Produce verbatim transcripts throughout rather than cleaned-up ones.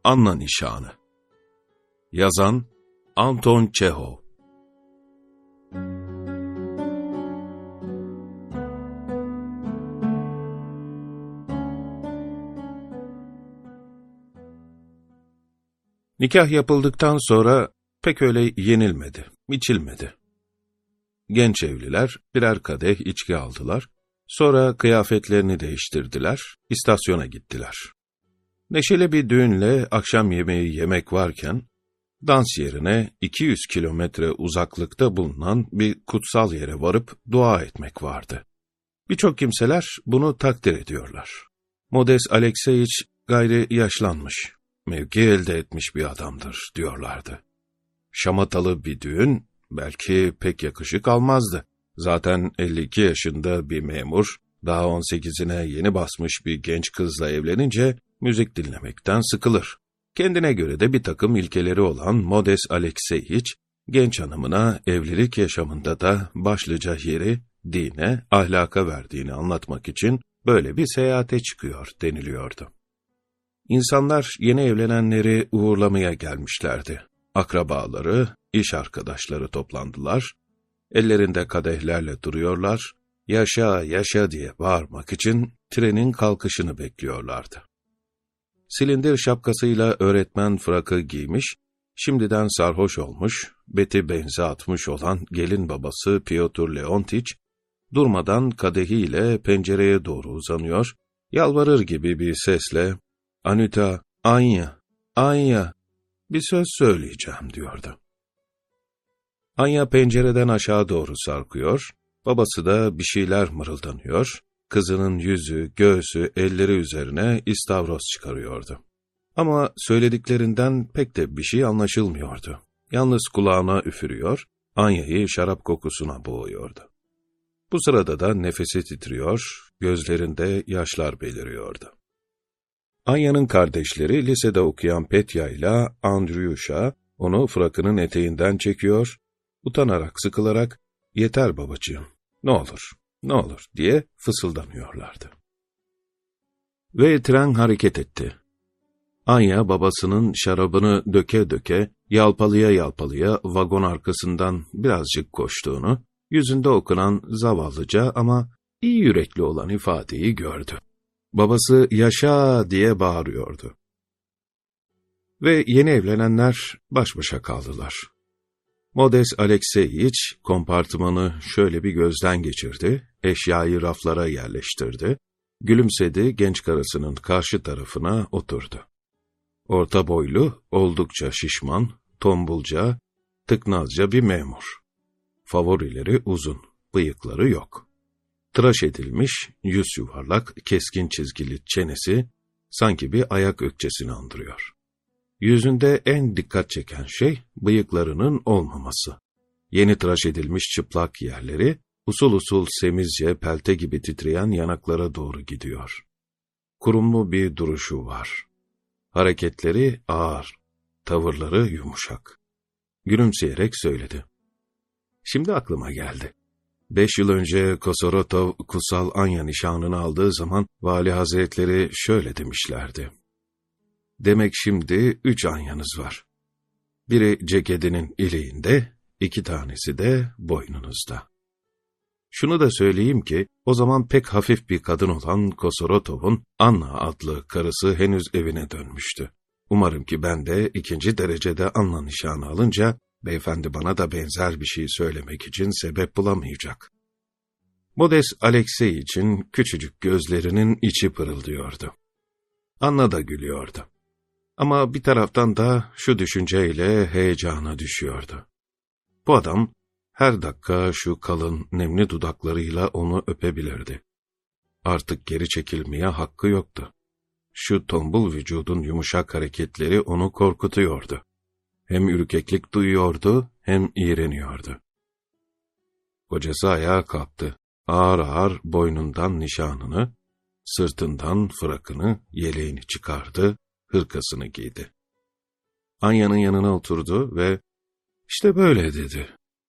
Anna Nişanı. Yazan Anton Çehov. Nikah yapıldıktan sonra pek öyle yenilmedi, içilmedi. Genç evliler birer kadeh içki aldılar, sonra kıyafetlerini değiştirdiler, istasyona gittiler. Neşeli bir düğünle akşam yemeği yemek varken, dans yerine iki yüz kilometre uzaklıkta bulunan bir kutsal yere varıp dua etmek vardı. Birçok kimseler bunu takdir ediyorlar. Modes Alekseyiç gayri yaşlanmış, mevki elde etmiş bir adamdır diyorlardı. Şamatalı bir düğün belki pek yakışık almazdı. Zaten elli iki yaşında bir memur, daha on sekizine yeni basmış bir genç kızla evlenince müzik dinlemekten sıkılır. Kendine göre de bir takım ilkeleri olan Modes Alekseyiç, genç hanımına evlilik yaşamında da başlıca yeri dine, ahlaka verdiğini anlatmak için böyle bir seyahate çıkıyor deniliyordu. İnsanlar yeni evlenenleri uğurlamaya gelmişlerdi. Akrabaları, iş arkadaşları toplandılar, ellerinde kadehlerle duruyorlar, yaşa yaşa diye bağırmak için trenin kalkışını bekliyorlardı. Silindir şapkasıyla öğretmen frakı giymiş, şimdiden sarhoş olmuş, beti benze atmış olan gelin babası Piotr Leontiç, durmadan kadehiyle pencereye doğru uzanıyor, yalvarır gibi bir sesle, "Anüta, Anya, Anya, bir söz söyleyeceğim," diyordu. Anya pencereden aşağı doğru sarkıyor, babası da bir şeyler mırıldanıyor, kızının yüzü, göğsü, elleri üzerine istavros çıkarıyordu. Ama söylediklerinden pek de bir şey anlaşılmıyordu. Yalnız kulağına üfürüyor, Anya'yı şarap kokusuna boğuyordu. Bu sırada da nefesi titriyor, gözlerinde yaşlar beliriyordu. Anya'nın kardeşleri lisede okuyan Petya ile Andriyuşa onu frakının eteğinden çekiyor, utanarak sıkılarak "Yeter babacığım, ne olur, ne olur," diye fısıldanıyorlardı. Ve tren hareket etti. Anya babasının şarabını döke döke, yalpalıya yalpalıya vagon arkasından birazcık koştuğunu, yüzünde okunan zavallıca ama iyi yürekli olan ifadeyi gördü. Babası "Yaşa!" diye bağırıyordu. Ve yeni evlenenler baş başa kaldılar. Modes Alekseyiç kompartımanı şöyle bir gözden geçirdi, eşyayı raflara yerleştirdi, gülümsedi, genç karısının karşı tarafına oturdu. Orta boylu, oldukça şişman, tombulca, tıknazca bir memur. Favorileri uzun, bıyıkları yok. Tıraş edilmiş, yüz yuvarlak, keskin çizgili çenesi, sanki bir ayak ökçesini andırıyor. Yüzünde en dikkat çeken şey, bıyıklarının olmaması. Yeni tıraş edilmiş çıplak yerleri, usul usul semizce pelte gibi titreyen yanaklara doğru gidiyor. Kurumlu bir duruşu var. Hareketleri ağır, tavırları yumuşak. Gülümseyerek söyledi. "Şimdi aklıma geldi. Beş yıl önce Kosorotov kutsal Anya nişanını aldığı zaman vali hazretleri şöyle demişlerdi. Demek şimdi üç Anya'nız var. Biri ceketinin iliğinde, iki tanesi de boynunuzda. Şunu da söyleyeyim ki, o zaman pek hafif bir kadın olan Kosorotov'un Anna adlı karısı henüz evine dönmüştü. Umarım ki ben de ikinci derecede Anna nişanı alınca, beyefendi bana da benzer bir şey söylemek için sebep bulamayacak." Modes Alekseyiç'in küçücük gözlerinin içi pırıldıyordu. Anna da gülüyordu. Ama bir taraftan da şu düşünceyle heyecana düşüyordu. Bu adam her dakika şu kalın, nemli dudaklarıyla onu öpebilirdi. Artık geri çekilmeye hakkı yoktu. Şu tombul vücudun yumuşak hareketleri onu korkutuyordu. Hem ürkeklik duyuyordu, hem iğreniyordu. Kocası ayağa kalktı. Ağır ağır boynundan nişanını, sırtından frakını, yeleğini çıkardı, hırkasını giydi. Anya'nın yanına oturdu ve "İşte böyle," dedi.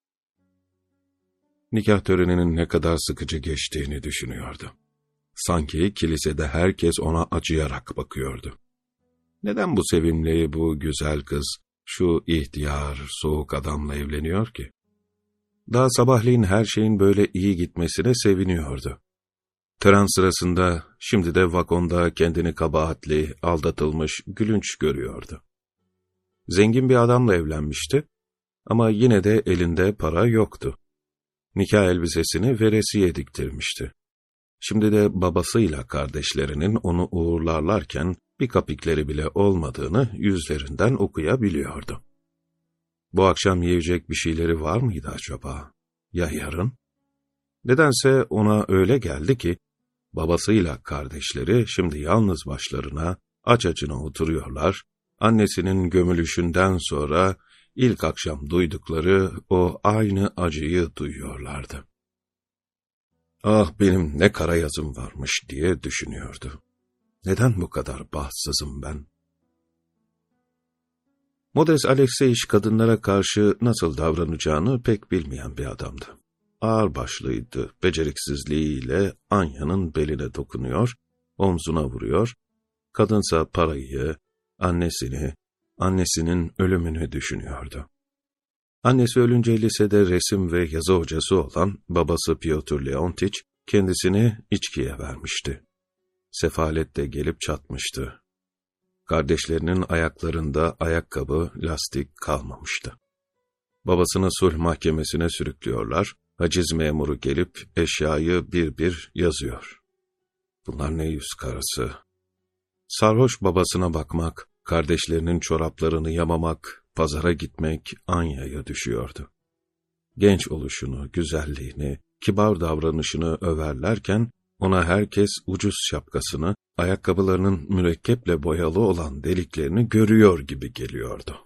Nikah töreninin ne kadar sıkıcı geçtiğini düşünüyordu. Sanki kilisede herkes ona acıyarak bakıyordu. Neden bu sevimli, bu güzel kız, şu ihtiyar, soğuk adamla evleniyor ki? Daha sabahleyin her şeyin böyle iyi gitmesine seviniyordu. Tren sırasında, şimdi de vagonda kendini kabahatli, aldatılmış, gülünç görüyordu. Zengin bir adamla evlenmişti ama yine de elinde para yoktu. Nikah elbisesini veresiye diktirmişti. Şimdi de babasıyla kardeşlerinin onu uğurlarlarken bir kapikleri bile olmadığını yüzlerinden okuyabiliyordu. Bu akşam yiyecek bir şeyleri var mıydı acaba? Ya yarın? Nedense ona öyle geldi ki, babasıyla kardeşleri şimdi yalnız başlarına aç açına oturuyorlar, annesinin gömülüşünden sonra ilk akşam duydukları o aynı acıyı duyuyorlardı. Ah benim ne kara yazım varmış diye düşünüyordu. Neden bu kadar bahtsızım ben? Modest Alekseyiç kadınlara karşı nasıl davranacağını pek bilmeyen bir adamdı. Ağırbaşlıydı, beceriksizliğiyle Anya'nın beline dokunuyor, omzuna vuruyor, kadınsa parayı, annesini, annesinin ölümünü düşünüyordu. Annesi ölünce lisede resim ve yazı hocası olan babası Pyotr Leontiç kendisini içkiye vermişti. Sefalet de gelip çatmıştı. Kardeşlerinin ayaklarında ayakkabı, lastik kalmamıştı. Babasını sulh mahkemesine sürüklüyorlar, haciz memuru gelip eşyayı bir bir yazıyor. Bunlar ne yüz karası? Sarhoş babasına bakmak, kardeşlerinin çoraplarını yamamak, pazara gitmek Anya'ya düşüyordu. Genç oluşunu, güzelliğini, kibar davranışını överlerken, ona herkes ucuz şapkasını, ayakkabılarının mürekkeple boyalı olan deliklerini görüyor gibi geliyordu.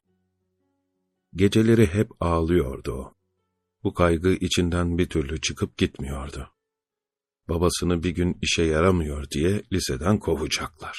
Geceleri hep ağlıyordu o. Bu kaygı içinden bir türlü çıkıp gitmiyordu. Babasını bir gün işe yaramıyor diye liseden kovacaklar.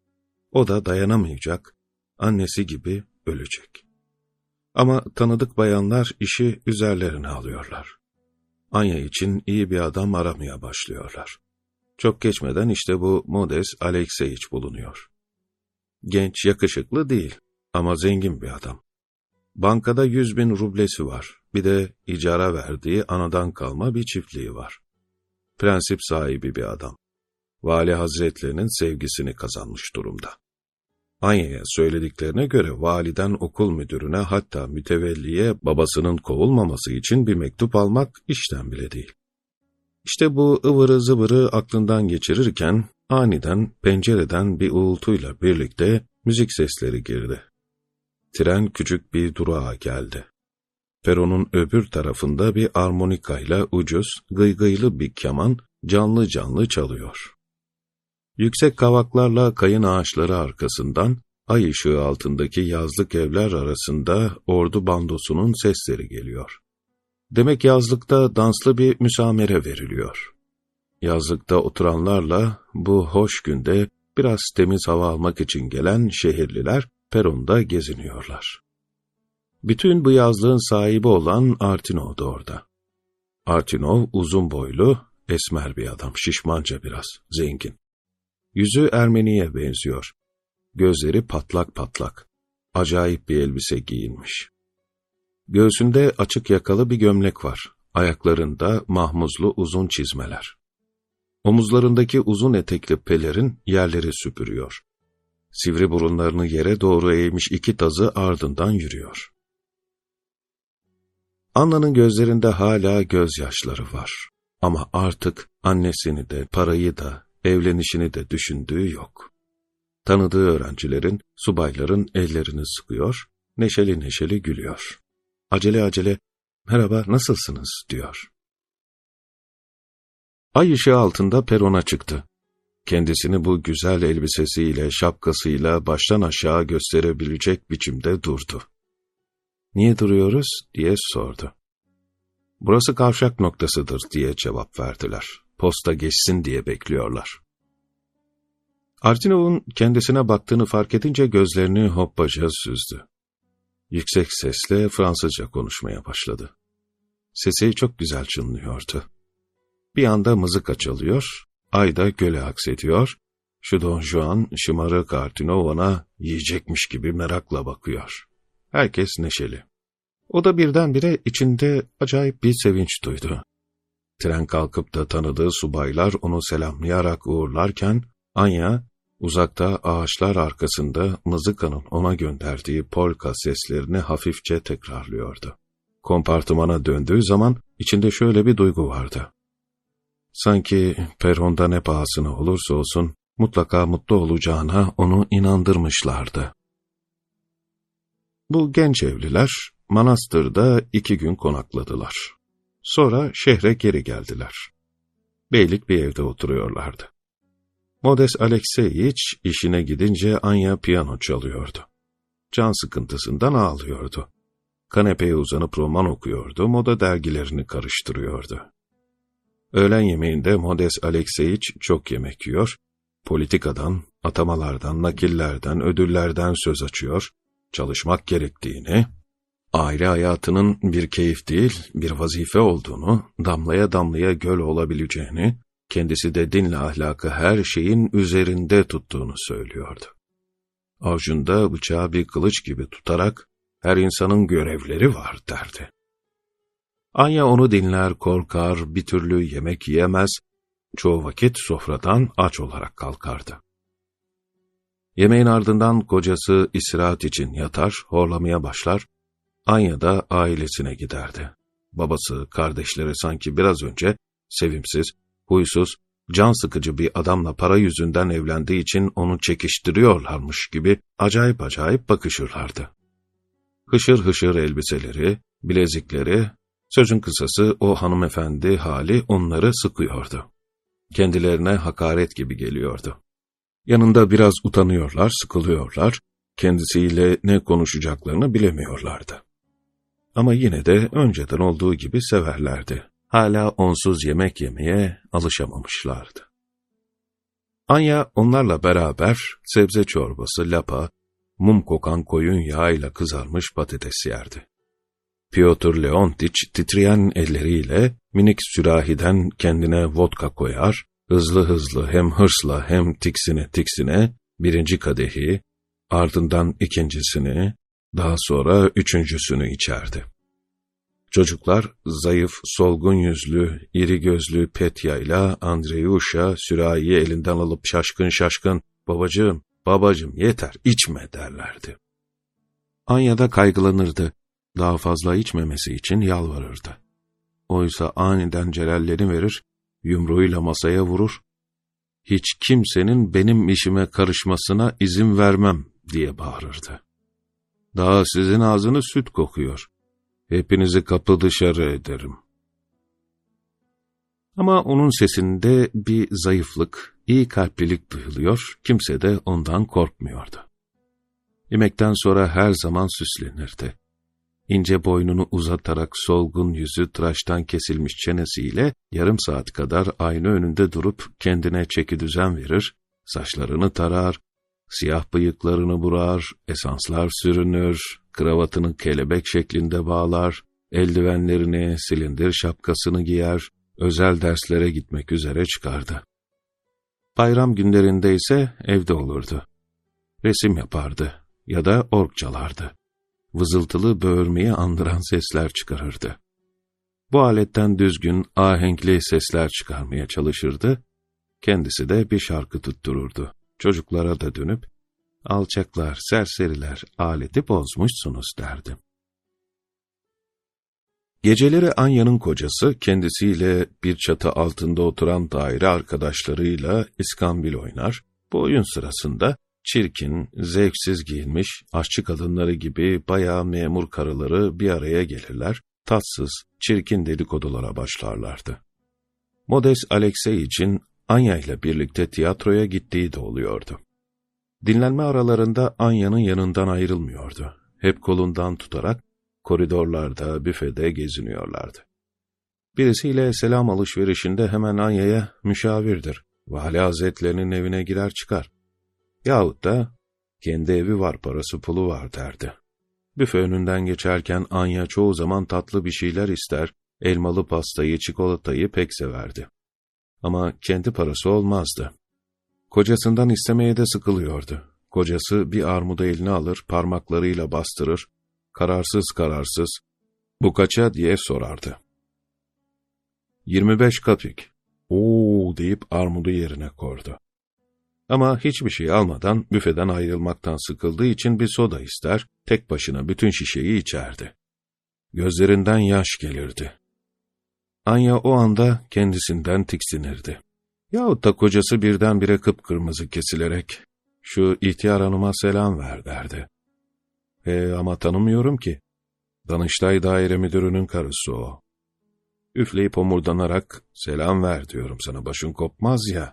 O da dayanamayacak, annesi gibi ölecek. Ama tanıdık bayanlar işi üzerlerine alıyorlar. Anya için iyi bir adam aramaya başlıyorlar. Çok geçmeden işte bu Modest Alekseyiç bulunuyor. Genç, yakışıklı değil ama zengin bir adam. Bankada yüz bin rublesi var, bir de icara verdiği anadan kalma bir çiftliği var. Prensip sahibi bir adam. Vali Hazretlerinin sevgisini kazanmış durumda. Anya'ya söylediklerine göre validen okul müdürüne hatta mütevelliye babasının kovulmaması için bir mektup almak işten bile değil. İşte bu ıvırı zıvırı aklından geçirirken aniden pencereden bir uğultuyla birlikte müzik sesleri girdi. Tren küçük bir durağa geldi. Peronun öbür tarafında bir armonikayla ucuz, gıygıylı bir keman canlı canlı çalıyor. Yüksek kavaklarla kayın ağaçları arkasından, ay ışığı altındaki yazlık evler arasında ordu bandosunun sesleri geliyor. Demek yazlıkta danslı bir müsamere veriliyor. Yazlıkta oturanlarla bu hoş günde biraz temiz hava almak için gelen şehirliler peronda geziniyorlar. Bütün bu yazlığın sahibi olan Artinov da orada. Artinov uzun boylu, esmer bir adam, şişmanca biraz, zengin. Yüzü Ermeniye benziyor. Gözleri patlak patlak. Acayip bir elbise giyinmiş. Göğsünde açık yakalı bir gömlek var. Ayaklarında mahmuzlu uzun çizmeler. Omuzlarındaki uzun etekli pelerin yerleri süpürüyor. Sivri burunlarını yere doğru eğmiş iki tazı ardından yürüyor. Anna'nın gözlerinde hala gözyaşları var. Ama artık annesini de, parayı da, evlenişini de düşündüğü yok. Tanıdığı öğrencilerin, subayların ellerini sıkıyor, neşeli neşeli gülüyor. Acele acele, merhaba nasılsınız diyor. Ay ışığı altında perona çıktı. Kendisini bu güzel elbisesiyle, şapkasıyla baştan aşağı gösterebilecek biçimde durdu. Niye duruyoruz diye sordu. Burası kavşak noktasıdır diye cevap verdiler. Posta geçsin diye bekliyorlar. Artinov'un kendisine baktığını fark edince gözlerini hoppaca süzdü. Yüksek sesle Fransızca konuşmaya başladı. Sesi çok güzel çınlıyordu. Bir anda mızıka çalıyor, ay da göle aksediyor, Şu Don Juan, şımarık Artino ona yiyecekmiş gibi merakla bakıyor. Herkes neşeli. O da birdenbire içinde acayip bir sevinç duydu. Tren kalkıp da tanıdığı subaylar onu selamlayarak uğurlarken, Anya, uzakta ağaçlar arkasında mızıkanın ona gönderdiği polka seslerini hafifçe tekrarlıyordu. Kompartımana döndüğü zaman içinde şöyle bir duygu vardı. Sanki peronda ne pahasına olursa olsun mutlaka mutlu olacağına onu inandırmışlardı. Bu genç evliler manastırda iki gün konakladılar. Sonra şehre geri geldiler. Beylik bir evde oturuyorlardı. Modes Alekseyiç işine gidince Anya piyano çalıyordu. Can sıkıntısından ağlıyordu. Kanepeye uzanıp roman okuyordu, moda dergilerini karıştırıyordu. Öğlen yemeğinde Modes Alekseyiç çok yemek yiyor, politikadan, atamalardan, nakillerden, ödüllerden söz açıyor, çalışmak gerektiğini, aile hayatının bir keyif değil, bir vazife olduğunu, damlaya damlaya göl olabileceğini, kendisi de dinle ahlakı her şeyin üzerinde tuttuğunu söylüyordu. Avucunda bıçağı bir kılıç gibi tutarak, her insanın görevleri var derdi. Anya onu dinler, korkar, bir türlü yemek yiyemez, çoğu vakit sofradan aç olarak kalkardı. Yemeğin ardından kocası istirahat için yatar, horlamaya başlar, Anya da ailesine giderdi. Babası, kardeşleri sanki biraz önce sevimsiz, huysuz, can sıkıcı bir adamla para yüzünden evlendiği için onu çekiştiriyorlarmış gibi acayip acayip bakışırlardı. Hışır hışır elbiseleri, bilezikleri, sözün kısası o hanımefendi hali onları sıkıyordu. Kendilerine hakaret gibi geliyordu. Yanında biraz utanıyorlar, sıkılıyorlar, kendisiyle ne konuşacaklarını bilemiyorlardı. Ama yine de önceden olduğu gibi severlerdi. Hala onsuz yemek yemeye alışamamışlardı. Anya onlarla beraber sebze çorbası, lapa, mum kokan koyun yağıyla kızarmış patates yerdi. Piotr Leontiç titreyen elleriyle minik sürahiden kendine vodka koyar, hızlı hızlı hem hırsla hem tiksine tiksine birinci kadehi, ardından ikincisini, daha sonra üçüncüsünü içerdi. Çocuklar zayıf, solgun yüzlü, iri gözlü Petya ile Andreyuşa sürahiyi elinden alıp şaşkın şaşkın "Babacığım, babacığım yeter, içme" derlerdi. Anya da kaygılanırdı, daha fazla içmemesi için yalvarırdı. Oysa aniden celallerini verir, yumruğuyla masaya vurur, "Hiç kimsenin benim işime karışmasına izin vermem" diye bağırırdı. "Daha sizin ağzınız süt kokuyor. Hepinizi kapı dışarı ederim." Ama onun sesinde bir zayıflık, iyi kalplilik duyuluyor, kimse de ondan korkmuyordu. Yemekten sonra her zaman süslenirdi. İnce boynunu uzatarak solgun yüzü tıraştan kesilmiş çenesiyle yarım saat kadar ayna önünde durup kendine çekidüzen verir, saçlarını tarar, siyah bıyıklarını burar, esanslar sürünür, kravatını kelebek şeklinde bağlar, eldivenlerini, silindir şapkasını giyer, özel derslere gitmek üzere çıkardı. Bayram günlerinde ise evde olurdu. Resim yapardı ya da org çalardı. Vızıltılı böğürmeyi andıran sesler çıkarırdı. Bu aletten düzgün, ahenkli sesler çıkarmaya çalışırdı, kendisi de bir şarkı tuttururdu. Çocuklara da dönüp, "Alçaklar, serseriler, aleti bozmuşsunuz" derdi. Geceleri Anya'nın kocası kendisiyle bir çatı altında oturan daire arkadaşlarıyla iskambil oynar, bu oyun sırasında çirkin, zevksiz giyinmiş, aşçı kadınları gibi bayağı memur karıları bir araya gelirler, tatsız, çirkin dedikodulara başlarlardı. Modes Alekseyiç'in Anya ile birlikte tiyatroya gittiği de oluyordu. Dinlenme aralarında Anya'nın yanından ayrılmıyordu. Hep kolundan tutarak koridorlarda, büfede geziniyorlardı. Birisiyle selam alışverişinde hemen Anya'ya müşavirdir, Vali Hazretlerinin evine girer çıkar. Yahut da kendi evi var, parası pulu var derdi. Büfe önünden geçerken Anya çoğu zaman tatlı bir şeyler ister, elmalı pastayı, çikolatayı pek severdi. Ama kendi parası olmazdı. Kocasından istemeye de sıkılıyordu. Kocası bir armudu eline alır, parmaklarıyla bastırır, kararsız kararsız, "Bu kaça?" diye sorardı. Yirmi beş kapik. "Oo!" deyip armudu yerine koydu. Ama hiçbir şey almadan büfeden ayrılmaktan sıkıldığı için bir soda ister, tek başına bütün şişeyi içerdi. Gözlerinden yaş gelirdi. Anya o anda kendisinden tiksinirdi. Yahut da kocası birdenbire kıpkırmızı kesilerek, "Şu ihtiyar hanıma selam ver," derdi. E ama tanımıyorum ki. Danıştay Daire Müdürü'nün karısı o. Üfleyip homurdanarak, "Selam ver diyorum sana, başın kopmaz ya."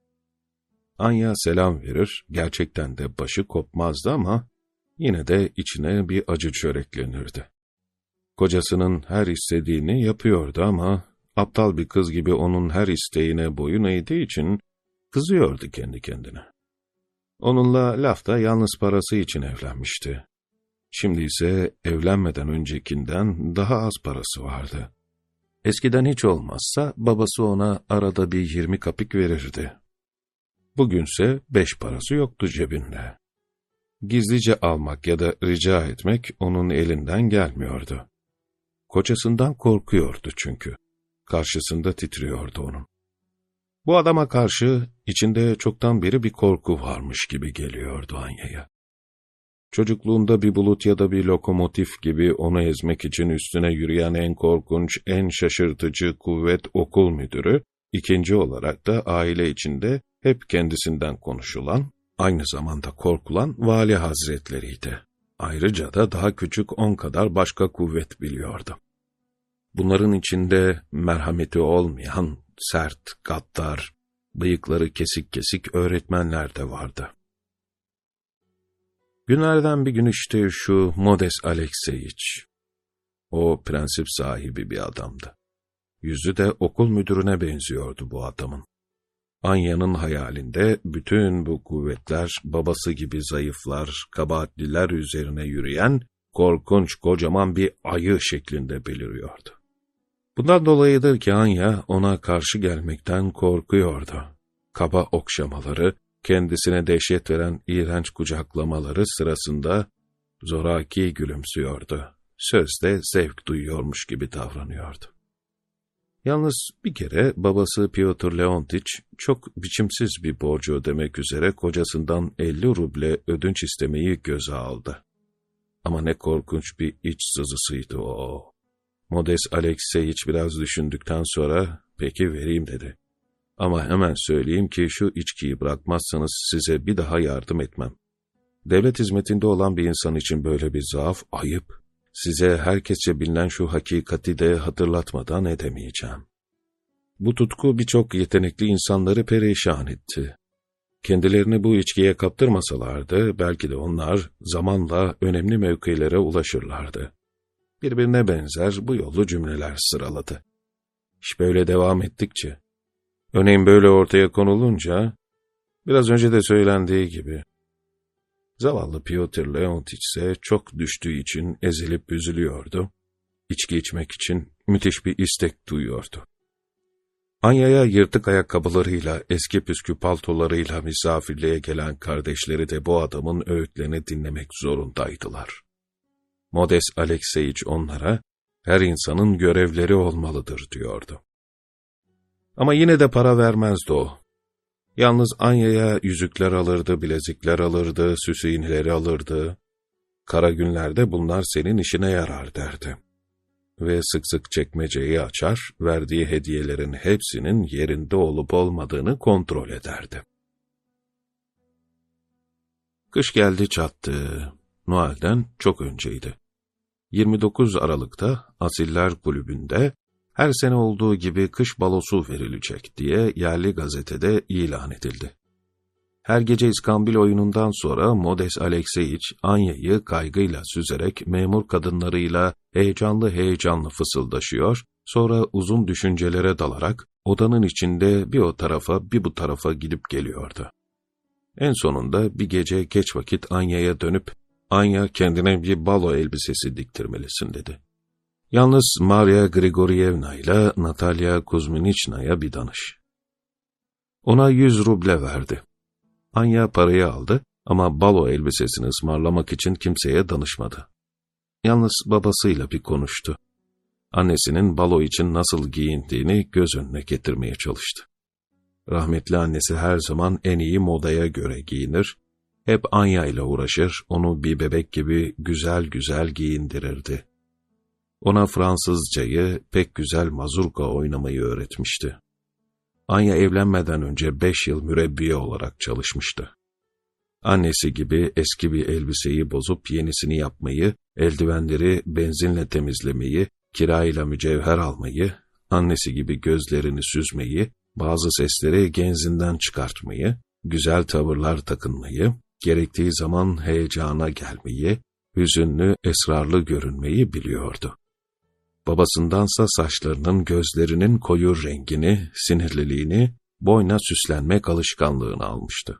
Anya selam verir, gerçekten de başı kopmazdı ama yine de içine bir acı çöreklenirdi. Kocasının her istediğini yapıyordu ama aptal bir kız gibi onun her isteğine boyun eğdiği için kızıyordu kendi kendine. Onunla lafta yalnız parası için evlenmişti. Şimdi ise evlenmeden öncekinden daha az parası vardı. Eskiden hiç olmazsa babası ona arada bir yirmi kapik verirdi. Bugünse beş parası yoktu cebinde. Gizlice almak ya da rica etmek onun elinden gelmiyordu. Kocasından korkuyordu çünkü. Karşısında titriyordu onun. Bu adama karşı içinde çoktan beri bir korku varmış gibi geliyordu Anya'ya. Çocukluğunda bir bulut ya da bir lokomotif gibi onu ezmek için üstüne yürüyen en korkunç, en şaşırtıcı kuvvet okul müdürü, ikinci olarak da aile içinde hep kendisinden konuşulan, aynı zamanda korkulan vali hazretleriydi. Ayrıca da daha küçük on kadar başka kuvvet biliyordu. Bunların içinde merhameti olmayan, sert, gaddar, bıyıkları kesik kesik öğretmenler de vardı. Günlerden bir gün işte şu Modes Alekseyiç. O prensip sahibi bir adamdı. Yüzü de okul müdürüne benziyordu bu adamın. Anya'nın hayalinde bütün bu kuvvetler babası gibi zayıflar, kabahatliler üzerine yürüyen korkunç kocaman bir ayı şeklinde beliriyordu. Bundan dolayıdır ki Anya ona karşı gelmekten korkuyordu. Kaba okşamaları, kendisine dehşet veren iğrenç kucaklamaları sırasında zoraki gülümsüyordu. Sözde zevk duyuyormuş gibi davranıyordu. Yalnız bir kere babası Piotr Leontiç çok biçimsiz bir borcu ödemek üzere kocasından elli ruble ödünç istemeyi göze aldı. Ama ne korkunç bir iç sızısıydı o. Modes Alekseyiç biraz düşündükten sonra, "Peki vereyim," dedi. "Ama hemen söyleyeyim ki şu içkiyi bırakmazsanız size bir daha yardım etmem. Devlet hizmetinde olan bir insan için böyle bir zaaf ayıp. Size herkesçe bilinen şu hakikati de hatırlatmadan edemeyeceğim. Bu tutku birçok yetenekli insanları perişan etti. Kendilerini bu içkiye kaptırmasalardı, belki de onlar zamanla önemli mevkilere ulaşırlardı." Birbirine benzer bu yollu cümleler sıraladı. İş böyle devam ettikçe, örneğin böyle ortaya konulunca, biraz önce de söylendiği gibi, zavallı Piotr Leontiç ise çok düştüğü için ezilip üzülüyordu. İçki içmek için müthiş bir istek duyuyordu. Anya'ya yırtık ayakkabılarıyla, eski püskü paltolarıyla misafirliğe gelen kardeşleri de bu adamın öğütlerini dinlemek zorundaydılar. Modes Alekseyiç onlara, "Her insanın görevleri olmalıdır," diyordu. Ama yine de para vermezdi o. Yalnız Anya'ya yüzükler alırdı, bilezikler alırdı, süs iğneleri alırdı. "Kara günlerde bunlar senin işine yarar," derdi. Ve sık sık çekmeceyi açar, verdiği hediyelerin hepsinin yerinde olup olmadığını kontrol ederdi. Kış geldi çattı. Noel'den çok önceydi. yirmi dokuz Aralık'ta Asiller Kulübü'nde her sene olduğu gibi kış balosu verilecek diye yerli gazetede ilan edildi. Her gece iskambil oyunundan sonra Modes Alekseyiç, Anya'yı kaygıyla süzerek memur kadınlarıyla heyecanlı heyecanlı fısıldaşıyor, sonra uzun düşüncelere dalarak odanın içinde bir o tarafa bir bu tarafa gidip geliyordu. En sonunda bir gece geç vakit Anya'ya dönüp, "Anya, kendine bir balo elbisesi diktirmelisin," dedi. "Yalnız Maria Grigoryevna ile Natalya Kuzminiçna'ya bir danış." Ona yüz ruble verdi. Anya parayı aldı ama balo elbisesini ısmarlamak için kimseye danışmadı. Yalnız babasıyla bir konuştu. Annesinin balo için nasıl giyindiğini göz önüne getirmeye çalıştı. Rahmetli annesi her zaman en iyi modaya göre giyinir, hep Anya ile uğraşır, onu bir bebek gibi güzel güzel giyindirirdi. Ona Fransızcayı, pek güzel mazurka oynamayı öğretmişti. Anya evlenmeden önce beş yıl mürebbiye olarak çalışmıştı. Annesi gibi eski bir elbiseyi bozup yenisini yapmayı, eldivenleri benzinle temizlemeyi, kirayla mücevher almayı, annesi gibi gözlerini süzmeyi, bazı sesleri genzinden çıkartmayı, güzel tavırlar takınmayı, gerektiği zaman heyecana gelmeyi, hüzünlü, esrarlı görünmeyi biliyordu. Babasındansa saçlarının, gözlerinin koyu rengini, sinirliliğini, boyna süslenmek alışkanlığını almıştı.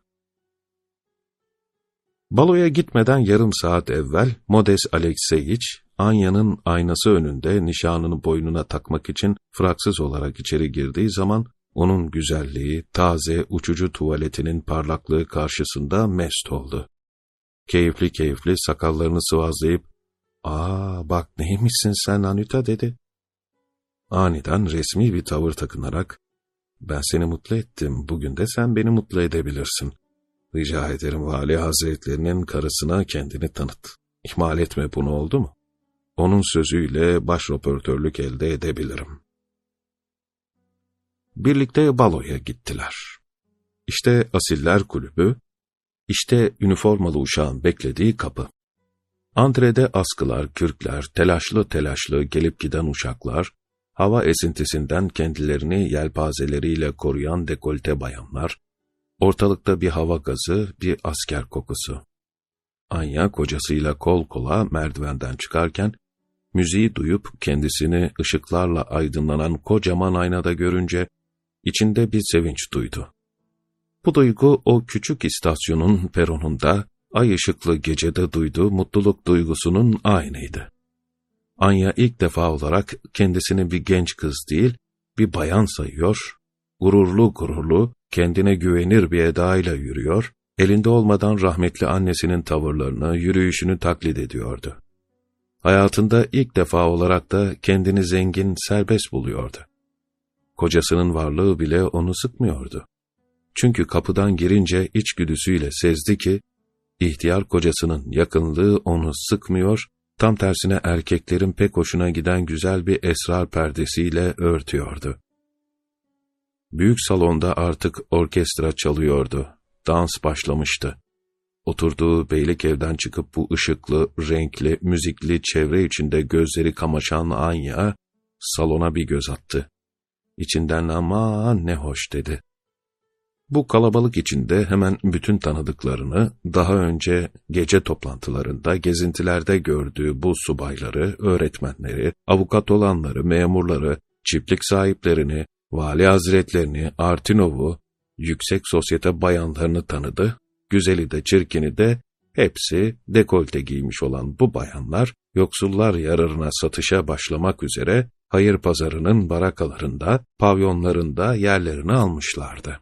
Baloya gitmeden yarım saat evvel Modes Alekseyiç, Anya'nın aynası önünde nişanını boynuna takmak için fraksız olarak içeri girdiği zaman, onun güzelliği, taze, uçucu tuvaletinin parlaklığı karşısında mest oldu. Keyifli keyifli sakallarını sıvazlayıp, ''Aa, bak neymişsin sen Anüta'' dedi. Aniden resmi bir tavır takınarak, ''Ben seni mutlu ettim, bugün de sen beni mutlu edebilirsin. Rica ederim Vali Hazretlerinin karısına kendini tanıt. İhmal etme bunu, oldu mu? Onun sözüyle başröportörlük elde edebilirim.'' Birlikte baloya gittiler. İşte Asiller Kulübü, işte üniformalı uşağın beklediği kapı. Antrede askılar, kürkler, telaşlı telaşlı gelip giden uşaklar, hava esintisinden kendilerini yelpazeleriyle koruyan dekolte bayanlar, ortalıkta bir hava gazı, bir asker kokusu. Anya kocasıyla kol kola merdivenden çıkarken, müziği duyup kendisini ışıklarla aydınlanan kocaman aynada görünce, içinde bir sevinç duydu. Bu duygu o küçük istasyonun peronunda, ay ışıklı gecede duyduğu mutluluk duygusunun aynıydı. Anya ilk defa olarak kendisini bir genç kız değil, bir bayan sayıyor, gururlu gururlu, kendine güvenir bir edayla yürüyor, elinde olmadan rahmetli annesinin tavırlarını, yürüyüşünü taklit ediyordu. Hayatında ilk defa olarak da kendini zengin, serbest buluyordu. Kocasının varlığı bile onu sıkmıyordu. Çünkü kapıdan girince içgüdüsüyle sezdi ki, ihtiyar kocasının yakınlığı onu sıkmıyor, tam tersine erkeklerin pek hoşuna giden güzel bir esrar perdesiyle örtüyordu. Büyük salonda artık orkestra çalıyordu, dans başlamıştı. Oturduğu beylik evden çıkıp bu ışıklı, renkli, müzikli çevre içinde gözleri kamaşan Anya, salona bir göz attı. İçinden aman ne hoş dedi. Bu kalabalık içinde hemen bütün tanıdıklarını, daha önce gece toplantılarında, gezintilerde gördüğü bu subayları, öğretmenleri, avukat olanları, memurları, çiftlik sahiplerini, vali hazretlerini, Artinov'u, yüksek sosyete bayanlarını tanıdı, güzeli de çirkini de, hepsi dekolte giymiş olan bu bayanlar, yoksullar yararına satışa başlamak üzere, hayır pazarının barakalarında, pavyonlarında yerlerini almışlardı.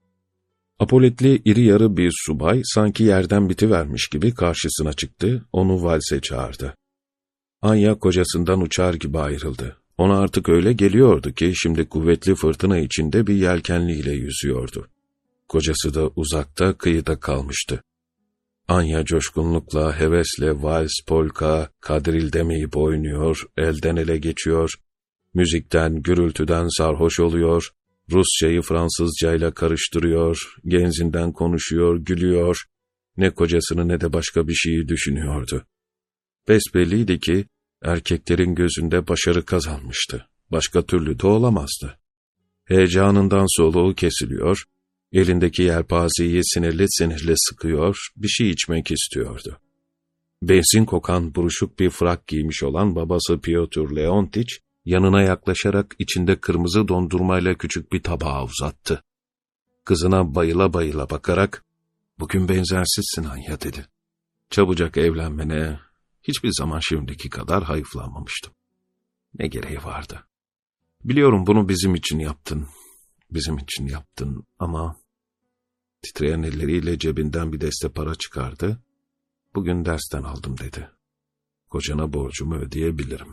Apoletli iri yarı bir subay sanki yerden bitivermiş gibi karşısına çıktı, onu valse çağırdı. Anya kocasından uçar gibi ayrıldı. Ona artık öyle geliyordu ki şimdi kuvvetli fırtına içinde bir yelkenliyle yüzüyordu. Kocası da uzakta, kıyıda kalmıştı. Anya coşkunlukla, hevesle vals, polka, kadril demeyip oynuyor, elden ele geçiyor, müzikten, gürültüden sarhoş oluyor, Rusçayı Fransızcayla karıştırıyor, genzinden konuşuyor, gülüyor, ne kocasını ne de başka bir şeyi düşünüyordu. Besbelliydi ki, erkeklerin gözünde başarı kazanmıştı, başka türlü de olamazdı. Heyecanından soluğu kesiliyor, elindeki yelpazeyi sinirli sinirli sıkıyor, bir şey içmek istiyordu. Benzin kokan buruşuk bir frak giymiş olan babası Piotr Leontiç, yanına yaklaşarak içinde kırmızı dondurmayla küçük bir tabağı uzattı. Kızına bayıla bayıla bakarak, ''Bugün benzersizsin Anya'' dedi. ''Çabucak evlenmene hiçbir zaman şimdiki kadar hayıflanmamıştım. Ne gereği vardı? Biliyorum bunu bizim için yaptın, bizim için yaptın ama Titreyen elleriyle cebinden bir deste para çıkardı. Bugün dersten aldım dedi. Kocana borcumu ödeyebilirim.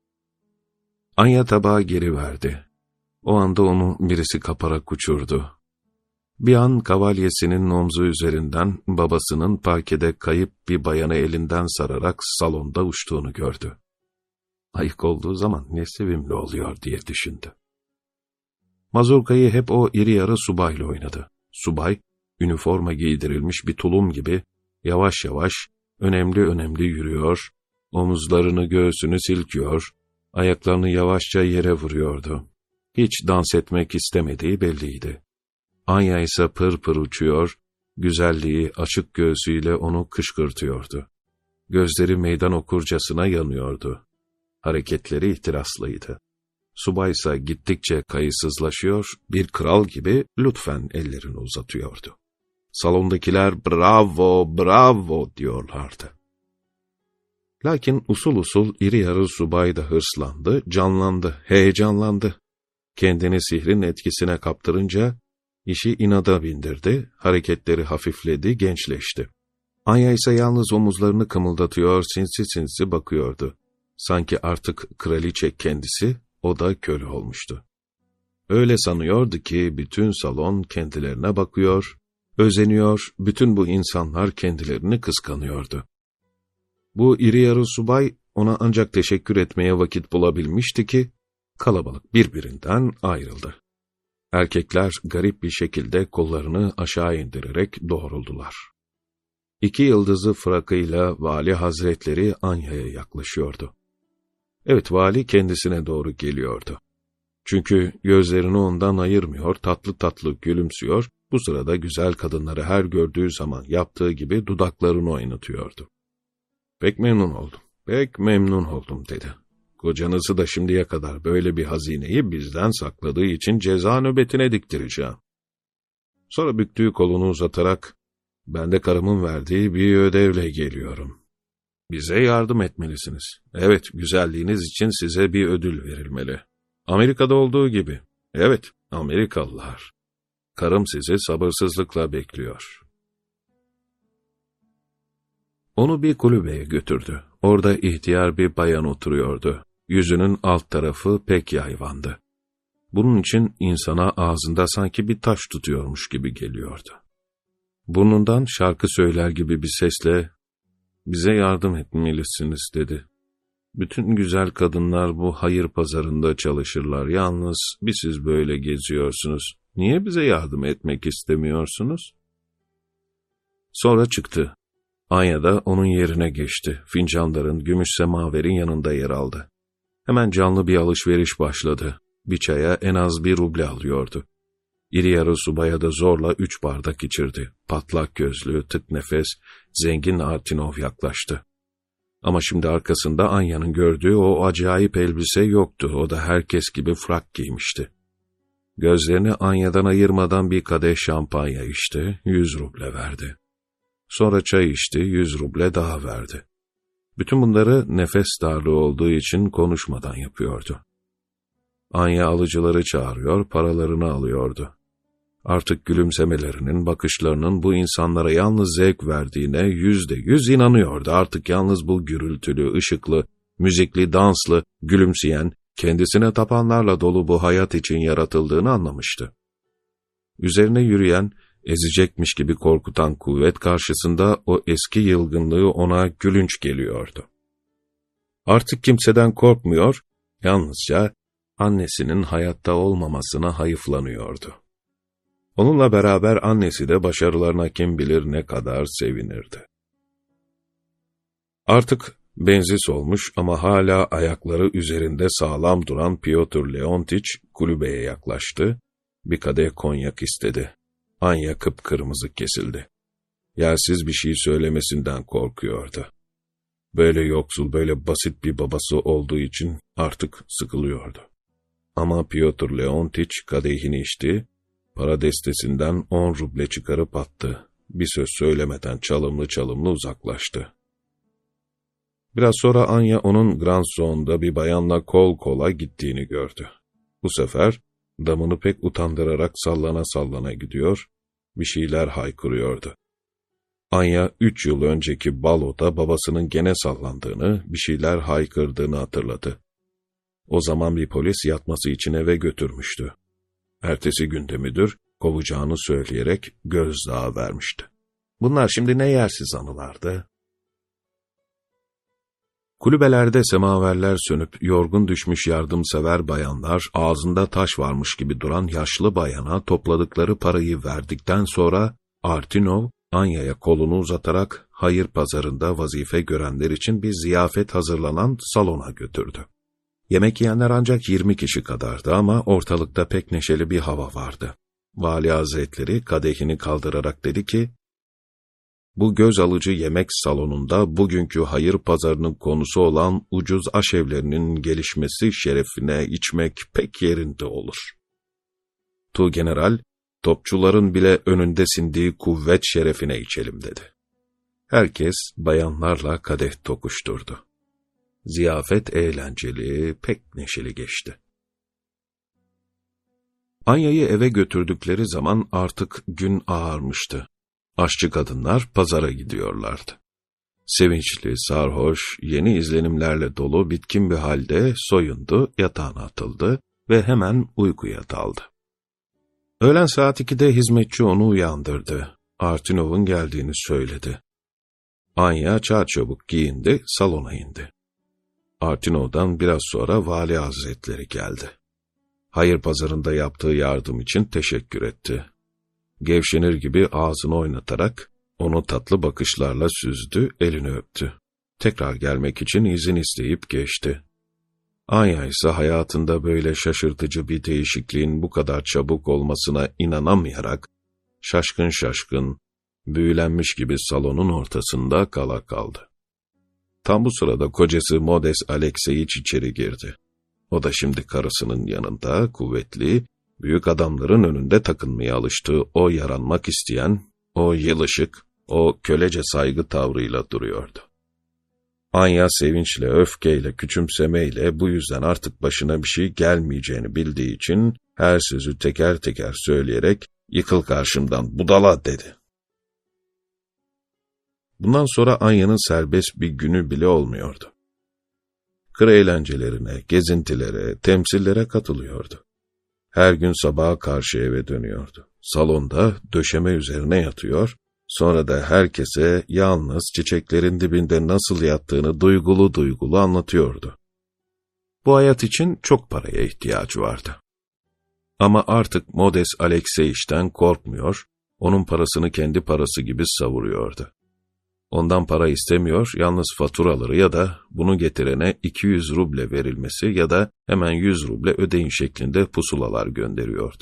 Anya tabağı geri verdi. O anda onu birisi kaparak uçurdu. Bir an kavalyesinin omzu üzerinden babasının parkede kayıp bir bayanı elinden sararak salonda uçtuğunu gördü. Ayık olduğu zaman ne sevimli oluyor diye düşündü. Mazurkayı hep o iri yarı subayla oynadı. Subay, üniforma giydirilmiş bir tulum gibi yavaş yavaş, önemli önemli yürüyor, omuzlarını göğsünü silkiyor, ayaklarını yavaşça yere vuruyordu. Hiç dans etmek istemediği belliydi. Anya ise pır pır uçuyor, güzelliği açık göğsüyle onu kışkırtıyordu. Gözleri meydan okurcasına yanıyordu. Hareketleri ihtiraslıydı. Subay ise gittikçe kayıtsızlaşıyor, bir kral gibi lütfen ellerini uzatıyordu. Salondakiler bravo, bravo diyorlardı. Lakin usul usul iri yarı subay da hırslandı, canlandı, heyecanlandı. Kendini sihrin etkisine kaptırınca, işi inada bindirdi, hareketleri hafifledi, gençleşti. Anya ise yalnız omuzlarını kımıldatıyor, sinsi sinsi bakıyordu. Sanki artık kraliçe kendisi, o da köle olmuştu. Öyle sanıyordu ki bütün salon kendilerine bakıyor, özeniyor, bütün bu insanlar kendilerini kıskanıyordu. Bu iri yarı subay ona ancak teşekkür etmeye vakit bulabilmişti ki, kalabalık birbirinden ayrıldı. Erkekler garip bir şekilde kollarını aşağı indirerek doğruldular. İki yıldızı frakıyla vali hazretleri Anya'ya yaklaşıyordu. Evet, vali kendisine doğru geliyordu. Çünkü gözlerini ondan ayırmıyor, tatlı tatlı gülümsüyor, bu sırada güzel kadınları her gördüğü zaman yaptığı gibi dudaklarını oynatıyordu. Pek memnun oldum, pek memnun oldum dedi. Kocanızı da şimdiye kadar böyle bir hazineyi bizden sakladığı için ceza nöbetine diktireceğim. Sonra büktüğü kolunu uzatarak, ben de karımın verdiği bir ödevle geliyorum. Bize yardım etmelisiniz. Evet, güzelliğiniz için size bir ödül verilmeli. Amerika'da olduğu gibi. Evet, Amerikalılar. Karım sizi sabırsızlıkla bekliyor. Onu bir kulübeye götürdü. Orada ihtiyar bir bayan oturuyordu. Yüzünün alt tarafı pek yayvandı. Bunun için insana ağzında sanki bir taş tutuyormuş gibi geliyordu. Burnundan şarkı söyler gibi bir sesle, bize yardım etmelisiniz dedi. Bütün güzel kadınlar bu hayır pazarında çalışırlar. Yalnız bir siz böyle geziyorsunuz. Niye bize yardım etmek istemiyorsunuz? Sonra çıktı. Anya da onun yerine geçti. Fincanların, gümüş semaverin yanında yer aldı. Hemen canlı bir alışveriş başladı. Bir çaya en az bir ruble alıyordu. İri yarı subaya da zorla üç bardak içirdi. Patlak gözlü, tık nefes, zengin Artinov yaklaştı. Ama şimdi arkasında Anya'nın gördüğü o acayip elbise yoktu. O da herkes gibi frak giymişti. Gözlerini Anya'dan ayırmadan bir kadeh şampanya içti, yüz ruble verdi. Sonra çay içti, yüz ruble daha verdi. Bütün bunları nefes darlığı olduğu için konuşmadan yapıyordu. Anya alıcıları çağırıyor, paralarını alıyordu. Artık gülümsemelerinin, bakışlarının bu insanlara yalnız zevk verdiğine yüzde yüz inanıyordu. Artık yalnız bu gürültülü, ışıklı, müzikli, danslı, gülümseyen, kendisine tapanlarla dolu bu hayat için yaratıldığını anlamıştı. Üzerine yürüyen, ezecekmiş gibi korkutan kuvvet karşısında o eski yılgınlığı ona gülünç geliyordu. Artık kimseden korkmuyor, yalnızca annesinin hayatta olmamasına hayıflanıyordu. Onunla beraber annesi de başarılarına kim bilir ne kadar sevinirdi. Artık benzi solmuş ama hala ayakları üzerinde sağlam duran Pyotr Leontiç kulübeye yaklaştı, bir kadeh konyak istedi. Anya kıpkırmızı kesildi. Yersiz bir şey söylemesinden korkuyordu. Böyle yoksul, böyle basit bir babası olduğu için artık sıkılıyordu. Ama Pyotr Leontiç kadehini içti, para destesinden on ruble çıkarıp attı. Bir söz söylemeden çalımlı çalımlı uzaklaştı. Biraz sonra Anya onun Grand Zone'da bir bayanla kol kola gittiğini gördü. Bu sefer damını pek utandırarak sallana sallana gidiyor, Bir şeyler haykırıyordu. Anya, üç yıl önceki baloda babasının gene sallandığını, bir şeyler haykırdığını hatırladı. O zaman bir polis yatması için eve götürmüştü. Ertesi günde müdür, kovacağını söyleyerek gözdağı vermişti. Bunlar şimdi ne yersiz anılardı. Kulübelerde semaverler sönüp yorgun düşmüş yardımsever bayanlar ağzında taş varmış gibi duran yaşlı bayana topladıkları parayı verdikten sonra Artinov, Anya'ya kolunu uzatarak hayır pazarında vazife görenler için bir ziyafet hazırlanan salona götürdü. Yemek yiyenler ancak yirmi kişi kadardı ama ortalıkta pek neşeli bir hava vardı. Vali Hazretleri kadehini kaldırarak dedi ki, bu göz alıcı yemek salonunda bugünkü hayır pazarının konusu olan ucuz aşevlerinin gelişmesi şerefine içmek pek yerinde olur. Tuğgeneral, topçuların bile önünde sindiği kuvvet şerefine içelim dedi. Herkes bayanlarla kadeh tokuşturdu. Ziyafet eğlenceli, pek neşeli geçti. Anya'yı eve götürdükleri zaman artık gün ağarmıştı. Aşçı kadınlar pazara gidiyorlardı. Sevinçli, sarhoş, yeni izlenimlerle dolu bitkin bir halde soyundu, yatağına atıldı ve hemen uykuya daldı. Öğlen saat ikide hizmetçi onu uyandırdı. Artinov'un geldiğini söyledi. Anya çarçabuk giyindi, salona indi. Artinov'dan biraz sonra Vali Hazretleri geldi. Hayır pazarında yaptığı yardım için teşekkür etti. Gevşenir gibi ağzını oynatarak onu tatlı bakışlarla süzdü, elini öptü. Tekrar gelmek için izin isteyip geçti. Anya ise hayatında böyle şaşırtıcı bir değişikliğin bu kadar çabuk olmasına inanamayarak şaşkın şaşkın, büyülenmiş gibi salonun ortasında kala kaldı. Tam bu sırada kocası Modes Alekseyiç içeri girdi. O da şimdi karısının yanında kuvvetli, büyük adamların önünde takınmaya alıştığı o yaranmak isteyen, o yılışık, o kölece saygı tavrıyla duruyordu. Anya sevinçle, öfkeyle, küçümsemeyle bu yüzden artık başına bir şey gelmeyeceğini bildiği için her sözü teker teker söyleyerek "Yıkıl karşımdan budala!" dedi. Bundan sonra Anya'nın serbest bir günü bile olmuyordu. Kır eğlencelerine, gezintilere, temsillere katılıyordu. Her gün sabaha karşı eve dönüyordu. Salonda döşeme üzerine yatıyor, sonra da herkese yalnız çiçeklerin dibinde nasıl yattığını duygulu duygulu anlatıyordu. Bu hayat için çok paraya ihtiyacı vardı. Ama artık Modes Alekseyiç'ten korkmuyor, onun parasını kendi parası gibi savuruyordu. Ondan para istemiyor, yalnız faturaları ya da bunu getirene iki yüz ruble verilmesi ya da hemen yüz ruble ödeyin şeklinde pusulalar gönderiyordu.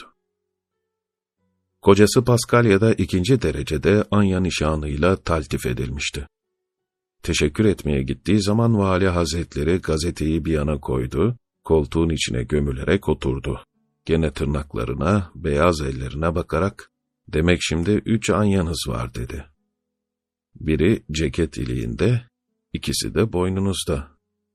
Kocası Paskalya'da ikinci derecede Anya nişanıyla taltif edilmişti. Teşekkür etmeye gittiği zaman Vali Hazretleri gazeteyi bir yana koydu, koltuğun içine gömülerek oturdu. Gene tırnaklarına, beyaz ellerine bakarak, "Demek şimdi üç Anya'nız var," dedi. Biri ceket iliğinde, ikisi de boynunuzda.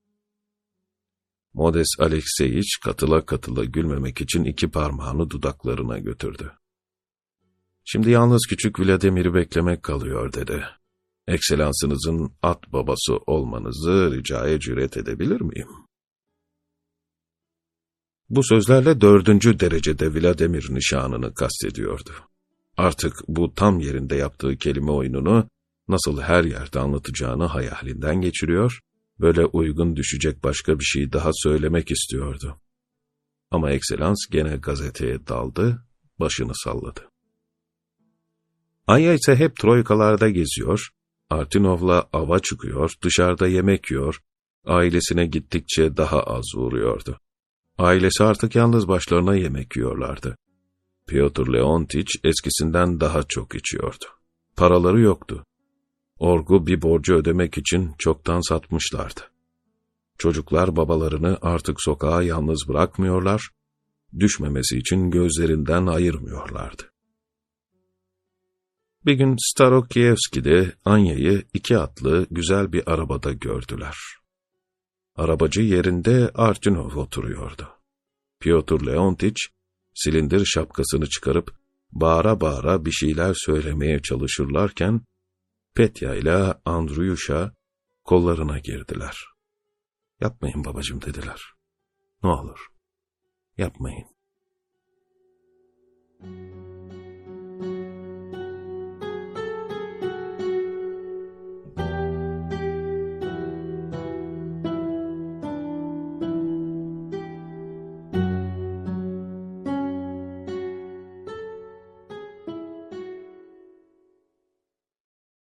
Modes Alekseyiç katıla katıla gülmemek için iki parmağını dudaklarına götürdü. "Şimdi yalnız küçük Vladimir'i beklemek kalıyor," dedi. "Ekselansınızın at babası olmanızı ricaya cüret edebilir miyim?" Bu sözlerle dördüncü derecede Vladimir nişanını kastediyordu. Artık bu tam yerinde yaptığı kelime oyununu nasıl her yerde anlatacağını hayalinden geçiriyor, böyle uygun düşecek başka bir şey daha söylemek istiyordu. Ama Ekselans gene gazeteye daldı, başını salladı. Anya ise hep troikalarda geziyor, Artinov'la ava çıkıyor, dışarıda yemek yiyor, ailesine gittikçe daha az uğruyordu. Ailesi artık yalnız başlarına yemek yiyorlardı. Pyotr Leontiç eskisinden daha çok içiyordu. Paraları yoktu. Orgu bir borcu ödemek için çoktan satmışlardı. Çocuklar babalarını artık sokağa yalnız bırakmıyorlar, düşmemesi için gözlerinden ayırmıyorlardı. Bir gün Starokievski'de Anya'yı iki atlı güzel bir arabada gördüler. Arabacı yerinde Artinov oturuyordu. Pyotr Leontiç, silindir şapkasını çıkarıp bağıra bağıra bir şeyler söylemeye çalışırlarken, Petya ile Andriyuşa kollarına girdiler. "Yapmayın babacığım," dediler. "Ne olur, yapmayın."